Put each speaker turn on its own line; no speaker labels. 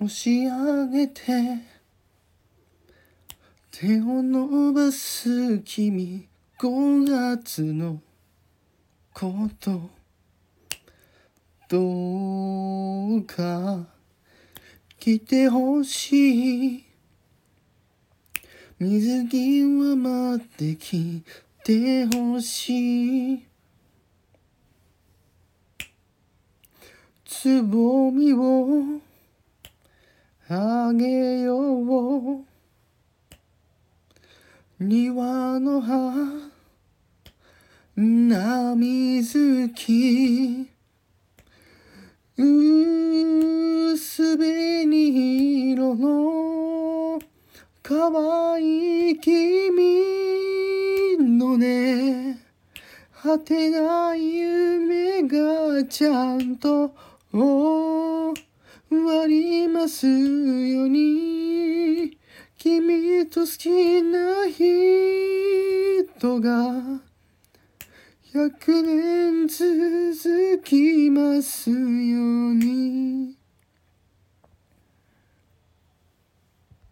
し上げて手を伸ばす君、5月のことどうか来てほしい。水際まで来てほしい。つぼみをあげよう。庭の花水木、薄紅色の可愛い君のね、果てない夢がちゃんと終わりますように。君と好きな人が100年続きますように。